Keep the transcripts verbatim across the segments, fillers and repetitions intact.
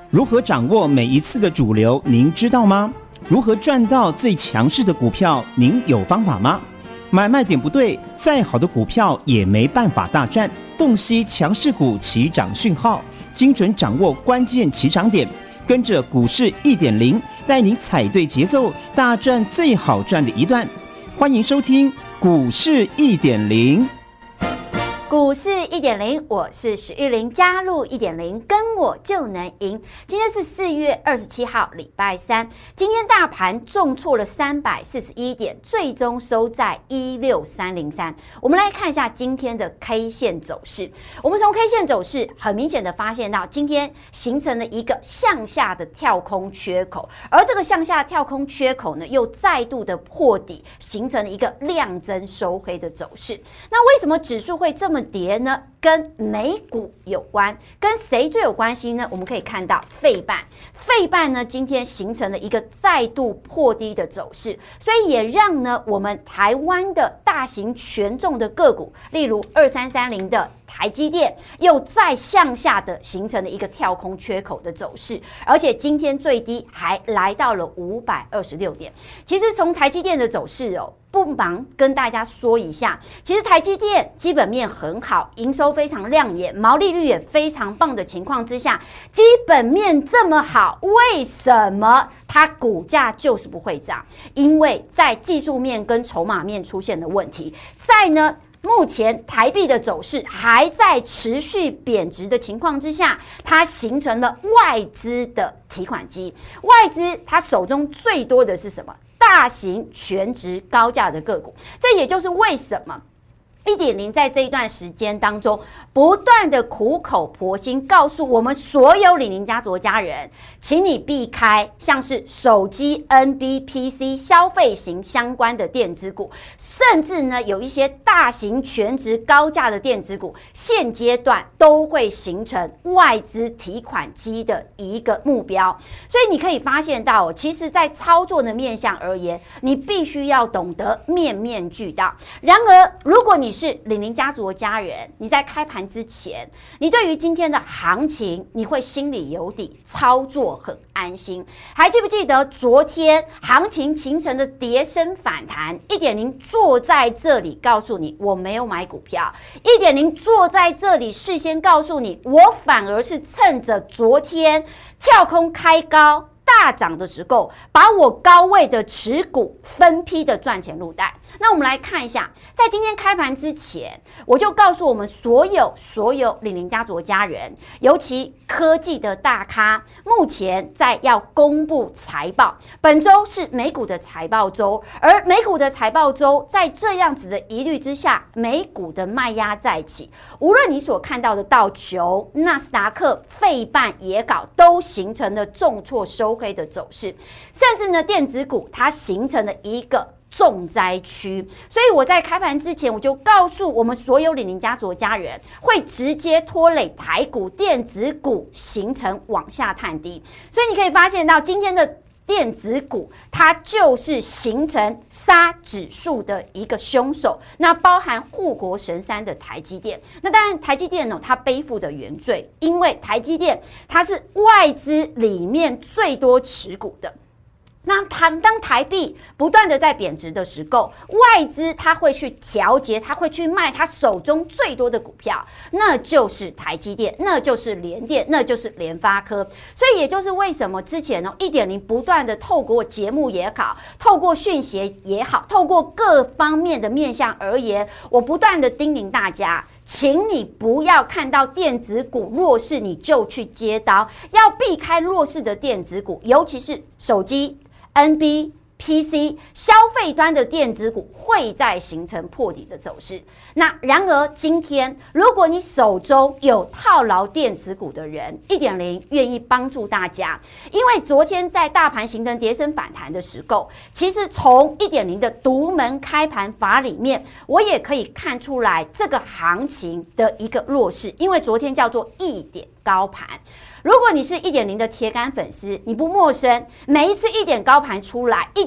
如何掌握每一次的主流，您知道吗？如何赚到最强势的股票，您有方法吗？买卖点不对，再好的股票也没办法大赚。洞悉强势股起涨讯号，精准掌握关键起涨点，跟着股市 一点零， 带您踩对节奏，大赚最好赚的一段。欢迎收听股市 一点零。 股市 一点零， 我是许玉玲，加入 一点零， 跟我就能赢。今天是四月二十七号，礼拜三。今天大盘重挫了三百四十一点，最终收在一六三零三。我们来看一下今天的 K 线走势。我们从 K 线走势很明显的发现到，今天形成了一个向下的跳空缺口，而这个向下跳空缺口呢，又再度的破底，形成了一个量增收黑的走势。那为什么指数会这么跌呢？跟美股有关，跟谁最有关系呢？我们可以看到费半，费半呢今天形成了一个再度破低的走势，所以也让呢我们台湾的大型权重的个股，例如二三三零的台积电，又再向下的形成了一个跳空缺口的走势，而且今天最低还来到了五百二十六点。其实从台积电的走势哦，不忙跟大家说一下，其实台积电基本面很好，营收非常亮眼，毛利率也非常棒的情况之下，基本面这么好，为什么它股价就是不会涨？因为在技术面跟筹码面出现了问题，在呢目前台币的走势还在持续贬值的情况之下，它形成了外资的提款机。外资它手中最多的是什么？大型全值高价的个股。这也就是为什么一点零在这一段时间当中，不断的苦口婆心告诉我们所有李宁家族家人，请你避开像是手机、N B、P C 消费型相关的电子股，甚至呢有一些大型全值高价的电子股，现阶段都会形成外资提款机的一个目标。所以你可以发现到，其实在操作的面向而言，你必须要懂得面面俱到。然而，如果你是李宁家族的家人，你在开盘之前，你对于今天的行情，你会心里有底，操作很安心。还记不记得昨天行情形成的跌升反弹？ 一点零 坐在这里告诉你我没有买股票， 一点零 坐在这里事先告诉你，我反而是趁着昨天跳空开高大涨的时候，把我高位的持股分批的赚钱入袋。那我们来看一下，在今天开盘之前，我就告诉我们所有所有李宁家族的家人，尤其科技的大咖，目前在要公布财报。本周是美股的财报周，而美股的财报周在这样子的疑虑之下，美股的卖压再起。无论你所看到的道琼、纳斯达克、费半也搞，都形成了重挫收黑的走势，甚至呢电子股它形成了一个重灾区。所以我在开盘之前，我就告诉我们所有李宁家族的家人，会直接拖累台股电子股形成往下探低。所以你可以发现到今天的电子股，它就是形成杀指数的一个凶手。那包含护国神山的台积电，那当然台积电呢，它背负的原罪，因为台积电它是外资里面最多持股的。那当台币不断的在贬值的时候，外资它会去调节，它会去卖它手中最多的股票，那就是台积电，那就是联电，那就是联发科。所以也就是为什么之前呢 一点零 不断的透过节目也好，透过讯息也好，透过各方面的面向而言，我不断的叮咛大家，请你不要看到电子股弱势你就去接刀，要避开弱势的电子股，尤其是手机、N B、P C 消费端的电子股会再形成破底的走势。那然而今天，如果你手中有套牢电子股的人， 一点零 愿意帮助大家，因为昨天在大盘形成跌升反弹的时候，其实从 一点零 的独门开盘法里面，我也可以看出来这个行情的一个弱势，因为昨天叫做一点高盘。如果你是 一点零 的铁杆粉丝，你不陌生，每一次一点高盘出来，一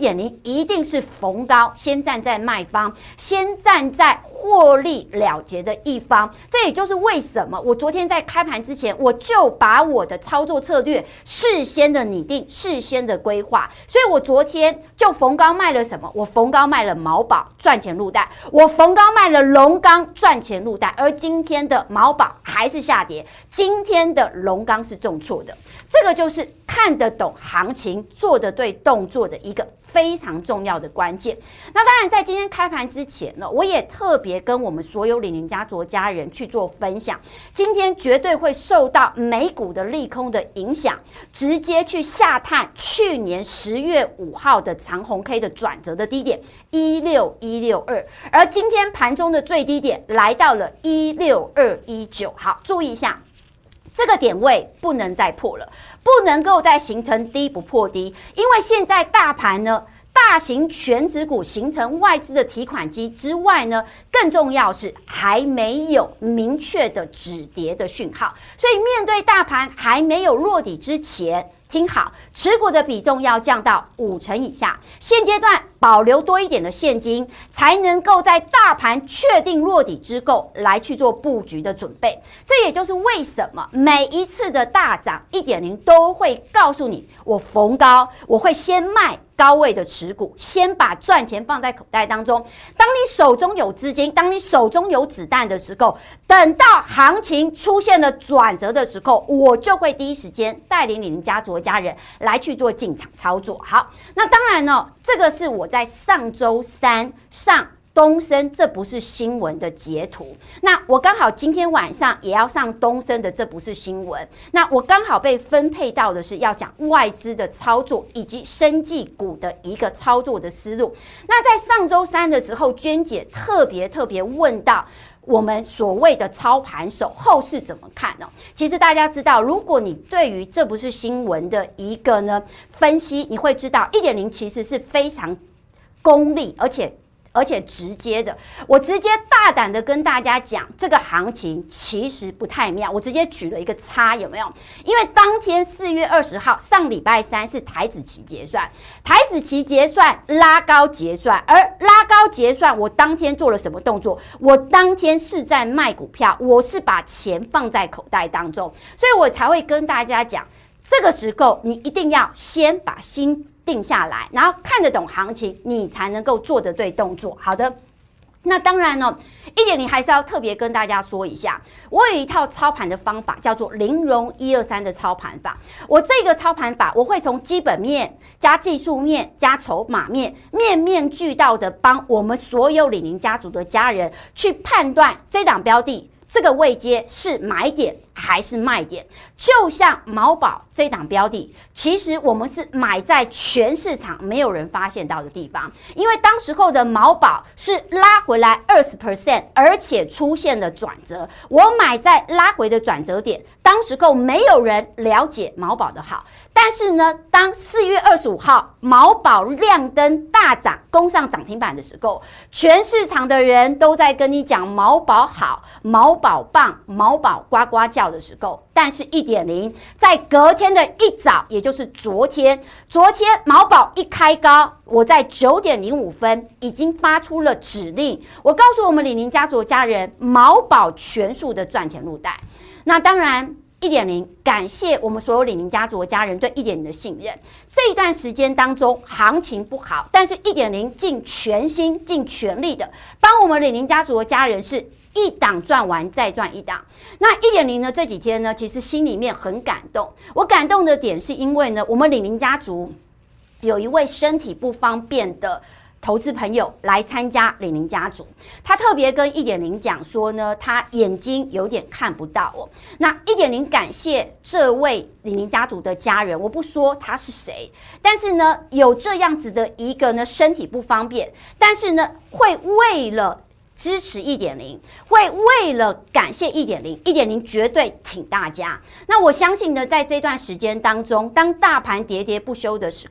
点零一定是逢高先站在卖方，先站在获利了结的一方。这也就是为什么我昨天在开盘之前，我就把我的操作策略事先的拟定，事先的规划。所以我昨天就逢高卖了什么？我逢高卖了毛宝，赚钱入袋；我逢高卖了龙钢，赚钱入袋。而今天的毛宝还是下跌，今天的龙钢是重挫的。这个就是看得懂行情，做得对动作的一个非常重要的关键。那当然，在今天开盘之前呢，我也特别跟我们所有李宁家族家人去做分享。今天绝对会受到美股的利空的影响，直接去下探去年十月五号的长红 K 的转折的低点一六一六二，而今天盘中的最低点来到了一六二一九。好，注意一下。这个点位不能再破了，不能够再形成低不破低，因为现在大盘呢，大型全指股形成外资的提款机之外呢，更重要是还没有明确的止跌的讯号，所以面对大盘还没有落底之前，听好，持股的比重要降到五成以下，现阶段保留多一点的现金，才能够在大盘确定落底之后来去做布局的准备。这也就是为什么每一次的大涨 一点零 都会告诉你，我逢高我会先卖高位的持股，先把赚钱放在口袋当中。当你手中有资金，当你手中有子弹的时候，等到行情出现了转折的时候，我就会第一时间带领你们家族的家人来去做进场操作。好，那当然呢，这个是我在上周三上东升，这不是新闻的截图。那我刚好今天晚上也要上东升的，这不是新闻。那我刚好被分配到的是要讲外资的操作以及生技股的一个操作的思路。那在上周三的时候，娟姐特别特别问到我们所谓的操盘手后市怎么看呢？其实大家知道，如果你对于这不是新闻的一个呢分析，你会知道 一点零 其实是非常功利，而且而且直接的，我直接大胆的跟大家讲，这个行情其实不太妙。我直接举了一个叉，有没有？因为当天四月二十号，上礼拜三是台指期结算，台指期结算拉高结算，而拉高结算，我当天做了什么动作？我当天是在卖股票，我是把钱放在口袋当中，所以我才会跟大家讲，这个时候你一定要先把心定下来，然后看得懂行情，你才能够做得对动作。好的，那当然呢， 一点零 还是要特别跟大家说一下，我有一套操盘的方法，叫做零容一二三的操盘法。我这个操盘法，我会从基本面加技术面加筹码面，面面俱到的帮我们所有李宁家族的家人去判断这档标的这个位阶是买点还是卖点。就像毛宝这档标的，其实我们是买在全市场没有人发现到的地方，因为当时候的毛宝是拉回来 百分之二十， 而且出现了转折。我买在拉回的转折点，当时候没有人了解毛宝的好，但是呢，当四月二十五号毛宝亮灯大涨，攻上涨停板的时候，全市场的人都在跟你讲毛宝好、毛宝棒、毛宝呱呱叫的时候，但是 一点零 在隔天的一早，也就是昨天，昨天毛宝一开高，我在九点零五分已经发出了指令，我告诉我们李宁家族的家人，毛宝全数的赚钱入袋。那当然 一点零 感谢我们所有李宁家族的家人对 一点零 的信任。这一段时间当中行情不好，但是 一点零 尽全心尽全力的帮我们李宁家族的家人是一档赚完再赚一档。那 一点零 呢，这几天呢，其实心里面很感动。我感动的点是因为呢，我们李宁家族有一位身体不方便的投资朋友来参加李宁家族，他特别跟 一点零 讲说呢，他眼睛有点看不到哦。那 一点零 感谢这位李宁家族的家人，我不说他是谁，但是呢，有这样子的一个呢身体不方便，但是呢，会为了支持 一点零， 会为了感谢 一点零， 一点零 绝对挺大家。那我相信呢，在这段时间当中，当大盘喋喋不休的时候，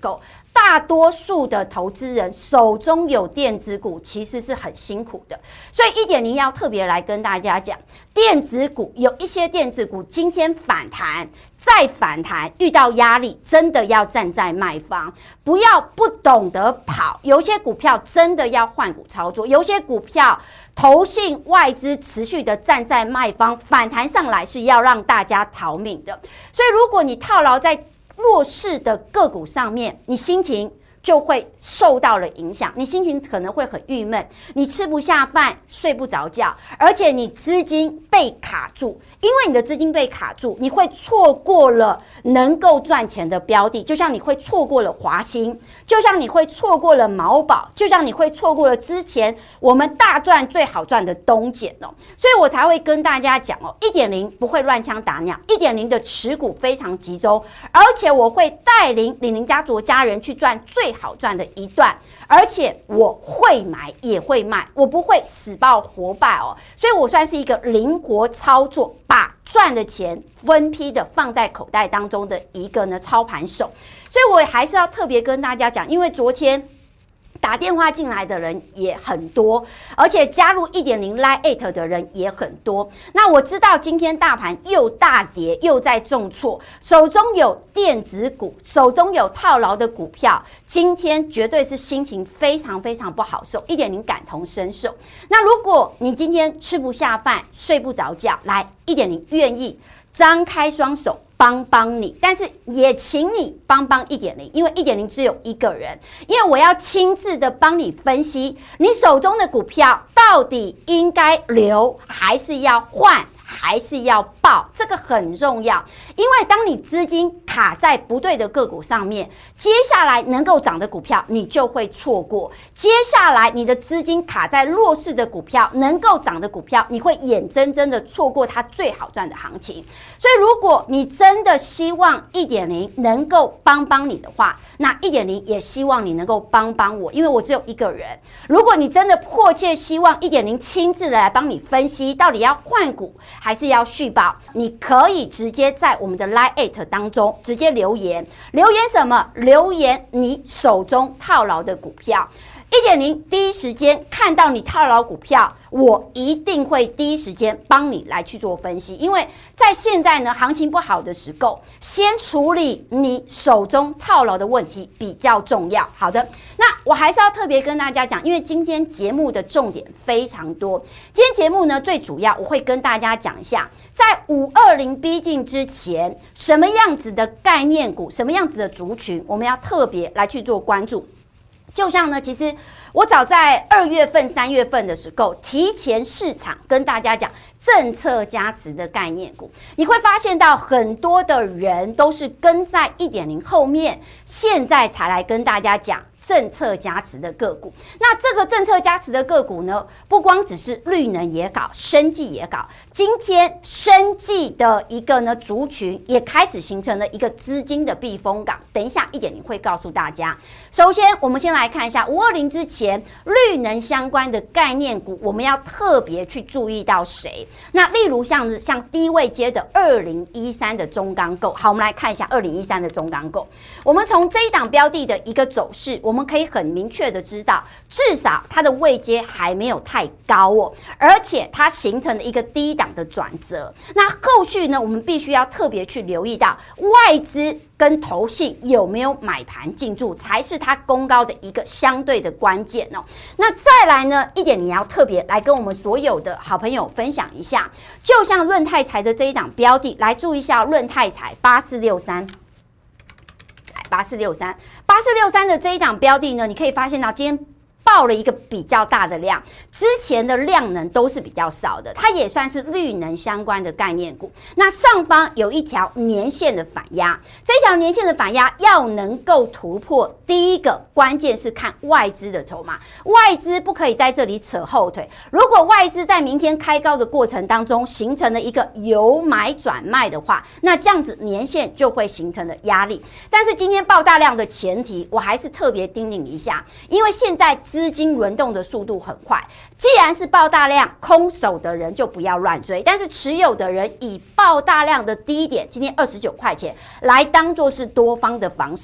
大多数的投资人手中有电子股，其实是很辛苦的。所以一点零要特别来跟大家讲，电子股有一些电子股今天反弹，再反弹，遇到压力，真的要站在卖方，不要不懂得跑。有些股票真的要换股操作，有些股票投信外资持续的站在卖方，反弹上来是要让大家逃命的。所以如果你套牢在弱势的个股上面，你心情就会受到了影响，你心情可能会很郁闷，你吃不下饭，睡不着觉，而且你资金被卡住，因为你的资金被卡住，你会错过了能够赚钱的标的，就像你会错过了华兴，就像你会错过了毛宝，就像你会错过了之前我们大赚最好赚的东碱哦，所以我才会跟大家讲哦，一点零不会乱枪打鸟，一点零的持股非常集中，而且我会带领李宁家族家人去赚最好赚的一段，而且我会买也会卖，我不会死抱活败哦，所以我算是一个灵活操作，把赚的钱分批的放在口袋当中的一个呢操盘手，所以我还是要特别跟大家讲，因为昨天打电话进来的人也很多，而且加入 一点零 Line@ 的人也很多。那我知道今天大盘又大跌，又在重挫，手中有电子股，手中有套牢的股票，今天绝对是心情非常非常不好受， 一点零 感同身受。那如果你今天吃不下饭，睡不着觉，来 一点零 愿意张开双手帮帮你，但是也请你帮帮 一点零，因为 一点零 只有一个人，因为我要亲自的帮你分析你手中的股票到底应该留还是要换，还是要报，这个很重要。因为当你资金卡在不对的个股上面，接下来能够涨的股票你就会错过，接下来你的资金卡在弱势的股票，能够涨的股票你会眼睁睁的错过它最好赚的行情。所以如果你真的希望 一点零 能够帮帮你的话，那 一点零 也希望你能够帮帮我，因为我只有一个人。如果你真的迫切希望 一点零 亲自来帮你分析到底要换股还是要续报，你可以直接在我们的 Line@ 当中直接留言，留言什么？留言你手中套牢的股票。一点零 第一时间看到你套牢股票，我一定会第一时间帮你来去做分析，因为在现在呢行情不好的时候，先处理你手中套牢的问题比较重要。好的，那我还是要特别跟大家讲，因为今天节目的重点非常多，今天节目呢最主要我会跟大家讲一下，在五二零逼近之前，什么样子的概念股，什么样子的族群，我们要特别来去做关注。就像呢，其实我早在二月份、三月份的时候，提前市场跟大家讲政策加持的概念股，你会发现到很多的人都是跟在 一点零 后面，现在才来跟大家讲政策加持的个股。那这个政策加持的个股呢，不光只是绿能也搞，生技也搞，今天生技的一个呢族群也开始形成了一个资金的避风港。等一下 一点零 会告诉大家。首先我们先来看一下五二零之前绿能相关的概念股，我们要特别去注意到谁。那例如像像低位阶的二零一三的中钢构，好，我们来看一下二零一三的中钢构。我们从这一档标的的一个走势，我们可以很明确的知道，至少它的位阶还没有太高哦，而且它形成了一个低档的转折。那后续呢，我们必须要特别去留意到外资跟投信有没有买盘进驻，才是它攻高的一个相对的关键哦。那再来呢，一点你要特别来跟我们所有的好朋友分享一下，就像润泰财的这一档标的，来注意一下润泰财八四六三。八四六三，八四六三的这一档标的呢，你可以发现到今天爆了一个比较大的量，之前的量能都是比较少的，它也算是绿能相关的概念股。那上方有一条年线的反压，这条年线的反压要能够突破，第一个关键是看外资的筹码，外资不可以在这里扯后腿。如果外资在明天开高的过程当中形成了一个由买转卖的话，那这样子年线就会形成了压力。但是今天爆大量的前提，我还是特别叮咛一下，因为现在资金轮动的速度很快，既然是爆大量，空手的人就不要乱追，但是持有的人以爆大量的低点，今天二十九块钱来当作是多方的防守。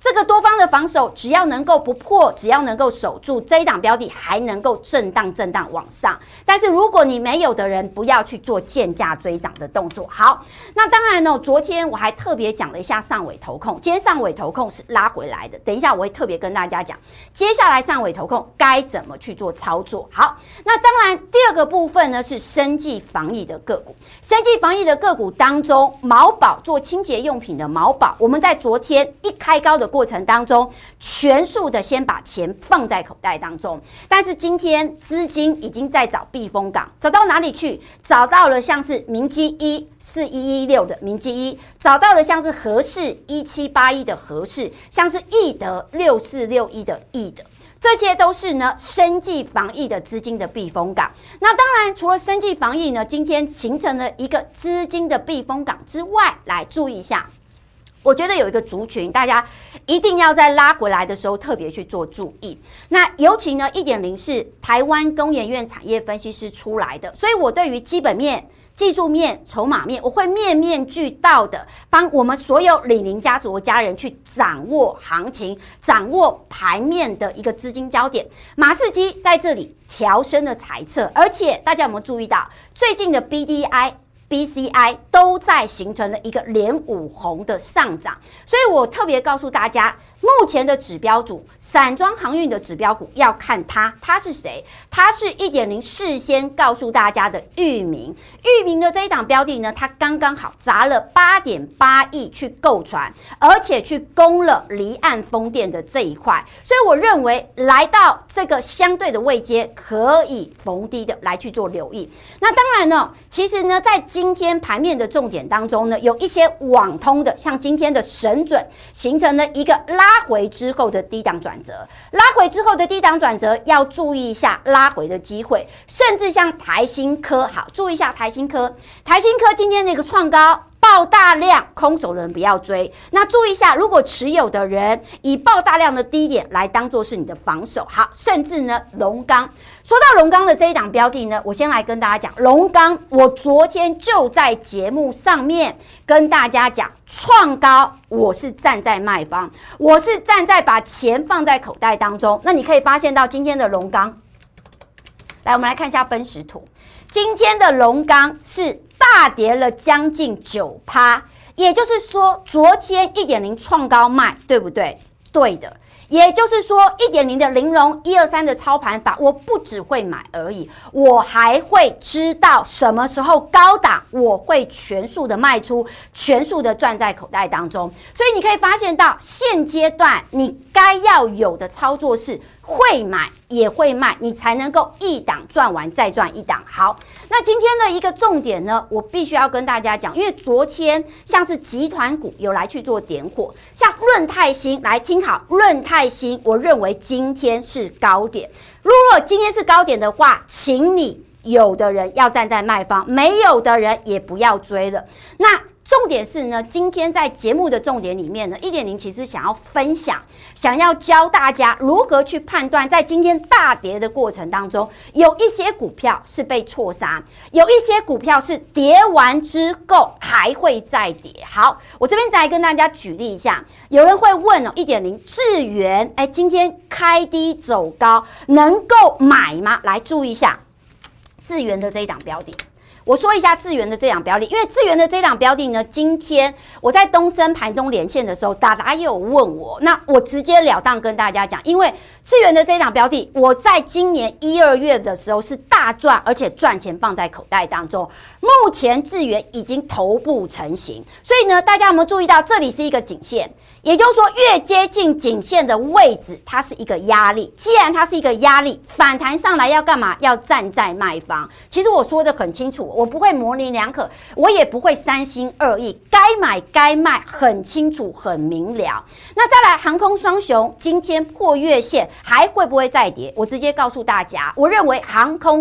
这个多方的防守只要能够不破，只要能够守住这一档标的，还能够震荡震荡往上。但是如果你没有的人，不要去做贱价追涨的动作。好，那当然呢，昨天我还特别讲了一下上尾投控，今天上尾投控是拉回来的，等一下我会特别跟大家讲，接下来上尾投控该怎么去做操作。好，那当然第二个部分呢是生技防疫的个股，生技防疫的个股当中，毛宝做清洁用品的毛宝，我们在昨天一开高的过程当中，全数的先把钱放在口袋当中，但是今天资金已经在找避风港，找到哪里去？找到了像是明基一四一一六的明基一，找到了像是和氏一七八一的和氏，像是易德六四六一的易德。这些都是呢生技防疫的资金的避风港。那当然，除了生技防疫呢，今天形成了一个资金的避风港之外，来注意一下。我觉得有一个族群，大家一定要在拉回来的时候特别去做注意。那尤其呢，一点零是台湾工研院产业分析师出来的，所以我对于基本面、技术面、筹码面，我会面面俱到的，帮我们所有李宁家族的家人去掌握行情、掌握盘面的一个资金焦点。马士基在这里调升了财测，而且大家有没有注意到，最近的 B D I、B C I 都在形成了一个连五红的上涨，所以我特别告诉大家，目前的指标组散装航运的指标股要看它，它是谁？它是 一点零 事先告诉大家的裕民。裕民的这一档标的呢，它刚刚好砸了 八点八亿去购船，而且去攻了离岸风电的这一块，所以我认为来到这个相对的位阶，可以逢低的来去做留意。那当然呢，其实呢，在今天盘面的重点当中呢，有一些网通的，像今天的神准形成了一个拉拉回之后的低档转折，拉回之后的低档转折要注意一下拉回的机会，甚至像台新科，好，注意一下台新科，台新科今天那个创高。爆大量，空手的人不要追。那注意一下，如果持有的人以爆大量的低点来当做是你的防守，好，甚至呢龙钢。说到龙钢的这一档标的呢，我先来跟大家讲龙钢。我昨天就在节目上面跟大家讲，创高我是站在卖方，我是站在把钱放在口袋当中。那你可以发现到今天的龙钢，来，我们来看一下分时图。今天的龙钢是大跌了将近 百分之九， 也就是说昨天 一点零 创高卖，对不对？对的。也就是说 一点零 的玲珑一二三的操盘法，我不只会买而已，我还会知道什么时候高档，我会全数的卖出，全数的赚在口袋当中。所以你可以发现到现阶段你该要有的操作是会买也会卖，你才能够一档赚完再赚一档。好，那今天的一个重点呢，我必须要跟大家讲，因为昨天像是集团股有来去做点火，像润泰新，来听好，润泰新，我认为今天是高点。如果今天是高点的话，请你有的人要站在卖方，没有的人也不要追了。那重点是呢，今天在节目的重点里面呢 ，一点零 其实想要分享，想要教大家如何去判断，在今天大跌的过程当中，有一些股票是被错杀，有一些股票是跌完之后还会再跌。好，我这边再来跟大家举例一下，有人会问哦 ，一点零 智原，哎，今天开低走高，能够买吗？来注意一下智原的这一档标的。我说一下智原的这档标的，因为智原的这档标的呢，今天我在东森盘中连线的时候，达达也有问我，那我直截了当跟大家讲，因为智原的这档标的，我在今年一二月的时候是大赚，而且赚钱放在口袋当中。目前智原已经头部成型，所以呢，大家有没有注意到这里是一个颈线？也就是说，越接近颈线的位置，它是一个压力。既然它是一个压力，反弹上来要干嘛？要站在卖方。其实我说的很清楚，我不会模棱两可，我也不会三心二意，该买该卖很清楚很明了。那再来，航空双雄今天破月线，还会不会再跌？我直接告诉大家，我认为航空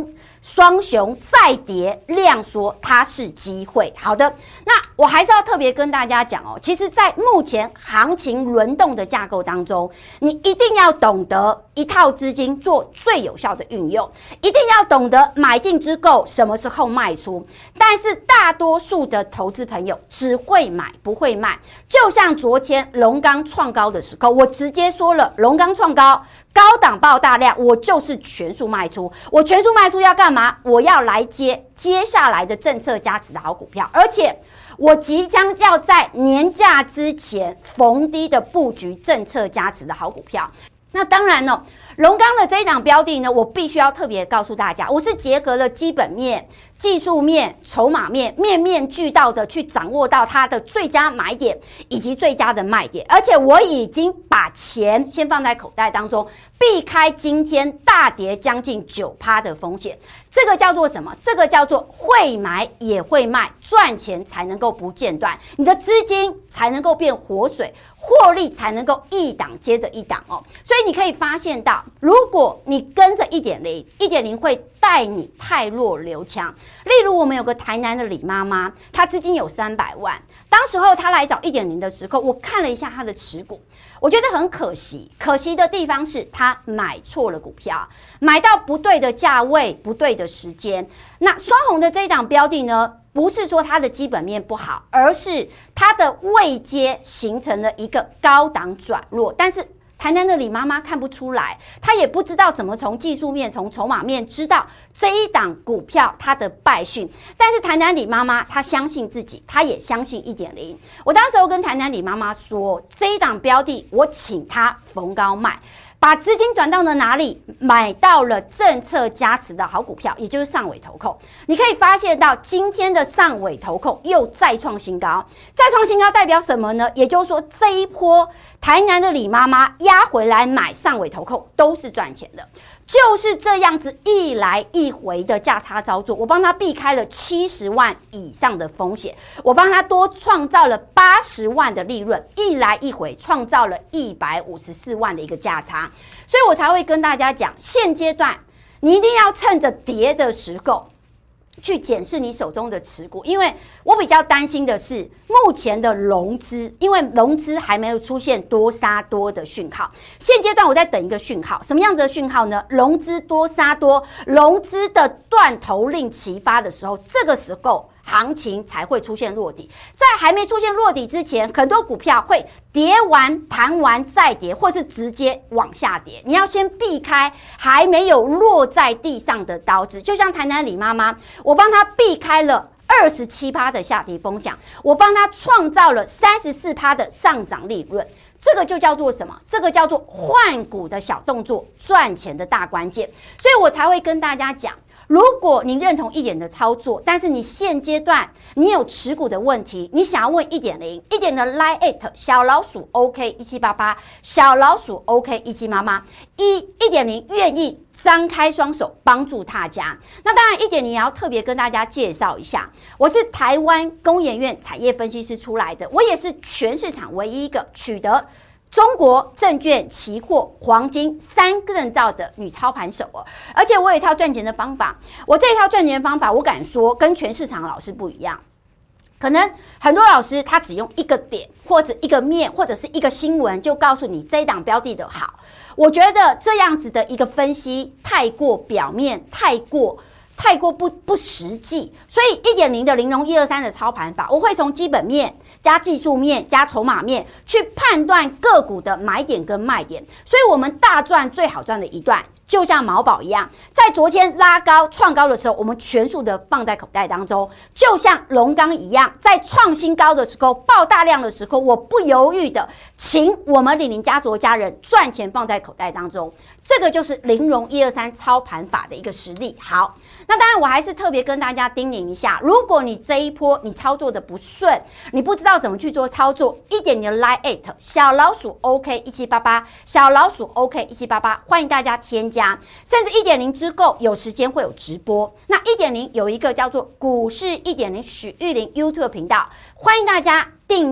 双雄再跌量缩，它是机会。好的，那我还是要特别跟大家讲哦，其实在目前行情轮动的架构当中，你一定要懂得一套资金做最有效的运用，一定要懂得买进之后什么时候卖出。但是大多数的投资朋友只会买不会卖，就像昨天龙刚创高的时候，我直接说了，龙刚创高，高档爆大量，我就是全数卖出。我全数卖出要干嘛？我要来接接下来的政策加持的好股票，而且我即将要在年假之前逢低的布局政策加持的好股票。那当然呢，龙刚的这一档标的呢，我必须要特别告诉大家，我是结合了基本面、技术面、筹码面，面面俱到的去掌握到它的最佳买点以及最佳的卖点，而且我已经把钱先放在口袋当中，避开今天大跌将近 百分之九 的风险。这个叫做什么？这个叫做会买也会卖，赚钱才能够不间断，你的资金才能够变活水，获利才能够一档接着一档哦。所以你可以发现到，如果你跟着 一点零， 一点零 会带你汰弱留强。例如我们有个台南的李妈妈，她资金有三百万，当时候她来找 一点零 的时候，我看了一下她的持股，我觉得很可惜。可惜的地方是她买错了股票，买到不对的价位，不对的时间。那双红的这一档标的呢，不是说它的基本面不好，而是它的位阶形成了一个高档转弱，但是台南的李妈妈看不出来，她也不知道怎么从技术面、从筹码面知道这一档股票它的败讯。但是台南李妈妈她相信自己，她也相信 一点零。我当时候跟台南李妈妈说，这一档标的我请她逢高卖，把资金转到了哪里？买到了政策加持的好股票，也就是上尾投控。你可以发现到今天的上尾投控又再创新高，再创新高代表什么呢？也就是说这一波台南的李妈妈压回来买上尾投控都是赚钱的。就是这样子一来一回的价差操作，我帮他避开了七十万以上的风险，我帮他多创造了八十万的利润，一来一回创造了一百五十四万的一个价差，所以我才会跟大家讲，现阶段你一定要趁着跌的时候去检视你手中的持股，因为我比较担心的是目前的融资，因为融资还没有出现多杀多的讯号。现阶段我在等一个讯号，什么样子的讯号呢？融资多杀多，融资的断头令齐发的时候，这个时候行情才会出现落底。在还没出现落底之前，很多股票会跌完弹完再跌，或是直接往下跌。你要先避开还没有落在地上的刀子，就像台南李妈妈，我帮她避开了二十七趴的下跌风险，我帮她创造了三十四趴的上涨利润。这个就叫做什么？这个叫做换股的小动作，赚钱的大关键。所以我才会跟大家讲，如果你认同一点的操作，但是你现阶段你有持股的问题，你想要问 一点零， 一点的 Line at 小老鼠 OK 一七八八， 小老鼠 OK 一七八八， 一 一点零愿意张开双手帮助大家。那当然 一点零 也要特别跟大家介绍一下，我是台湾工研院产业分析师出来的，我也是全市场唯一一个取得中国证券、期货、黄金三个证照的女操盘手哦，而且我有一套赚钱的方法。我这一套赚钱的方法，我敢说跟全市场老师不一样。可能很多老师他只用一个点或者一个面或者是一个新闻就告诉你这一档标的的好，我觉得这样子的一个分析太过表面，太过。太过不不实际，所以 一点零 的玲珑一二三的操盘法，我会从基本面加技术面加筹码面去判断个股的买点跟卖点，所以我们大赚最好赚的一段，就像毛宝一样，在昨天拉高创高的时候，我们全数的放在口袋当中，就像龙刚一样，在创新高的时候爆大量的时候，我不犹豫的请我们李宁家族的家人赚钱放在口袋当中，这个就是玲珑一二三操盘法的一个实力。好，那当然我还是特别跟大家叮咛一下，如果你这一波你操作的不顺，你不知道怎么去做操作，一点你的 Line at 小老鼠 OK 一七八八， 小老鼠 OK 一七八八，欢迎大家添加，甚至 一点零 之后有时间会有直播。那 一点零 有一个叫做股市 一点零 许玉玲 YouTube 频道，欢迎大家订阅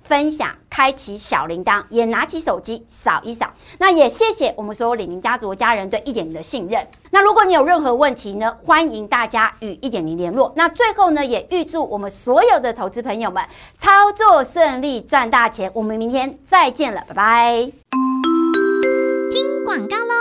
分享、开启小铃铛，也拿起手机扫一扫。那也谢谢我们所有李宁家族家人对一点零的信任。那如果你有任何问题呢，欢迎大家与一点零联络。那最后呢，也预祝我们所有的投资朋友们操作顺利，赚大钱。我们明天再见了，拜拜。 听广告喽。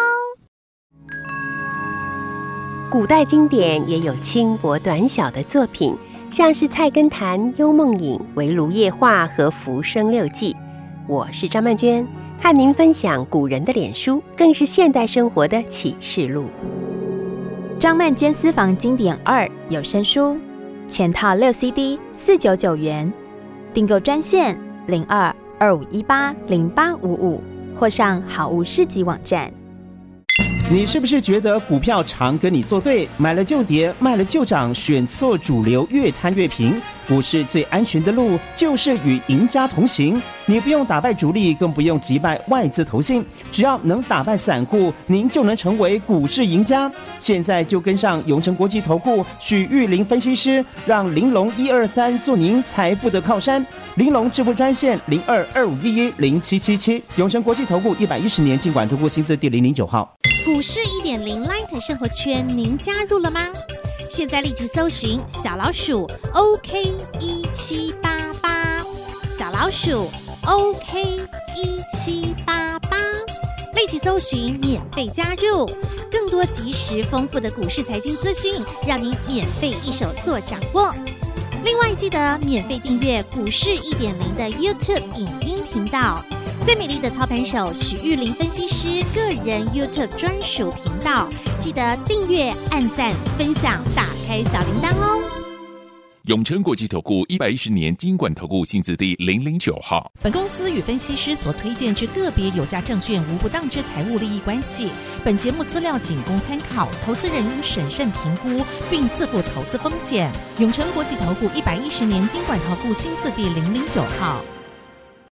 古代经典也有轻薄短小的作品，像是《菜根谭》《幽梦影》《围炉夜话》和《浮生六记》。我是张曼娟，和您分享古人的脸书，更是现代生活的启示录。 张曼娟私房经典二有声书，全套六 C D 四百九十九元，订购专线零二二五一八零八五五，或上好物市集网站。 你是不是觉得股票常跟你作对，买了就跌，卖了就涨，选错主流，越摊越平？股市最安全的路就是与赢家同行，你不用打败主力，更不用击败外资投信，只要能打败散户，您就能成为股市赢家。现在就跟上永诚国际投顾许玉玲分析师，让玲珑一二三做您财富的靠山。玲珑致富专线零二二五一一零七七七，永诚国际投顾一百一十年金管投顾新字第零零九号。 股市 一点零 Light 生活圈，您加入了吗？现在立即搜寻小老鼠 O K 一七八八，小老鼠 O K 一七八八，立即搜寻免费加入，更多及时丰富的股市财经资讯，让您免费一手做掌握。另外记得免费订阅股市 一点零 的 YouTube 影音频道，最美丽的操盘手许玉玲分析师个人 YouTube 专属频道，记得订阅、按赞、分享，打开小铃铛哦。 永诚国际投顾一百一十年金管投顾新字第零零九号。 本公司与分析师所推荐之个别有价证券无不当之财务利益关系。本节目资料仅供参考，投资人应审慎评估并自负投资风险。永诚国际投顾一百一十年金管投顾新字第零零九号。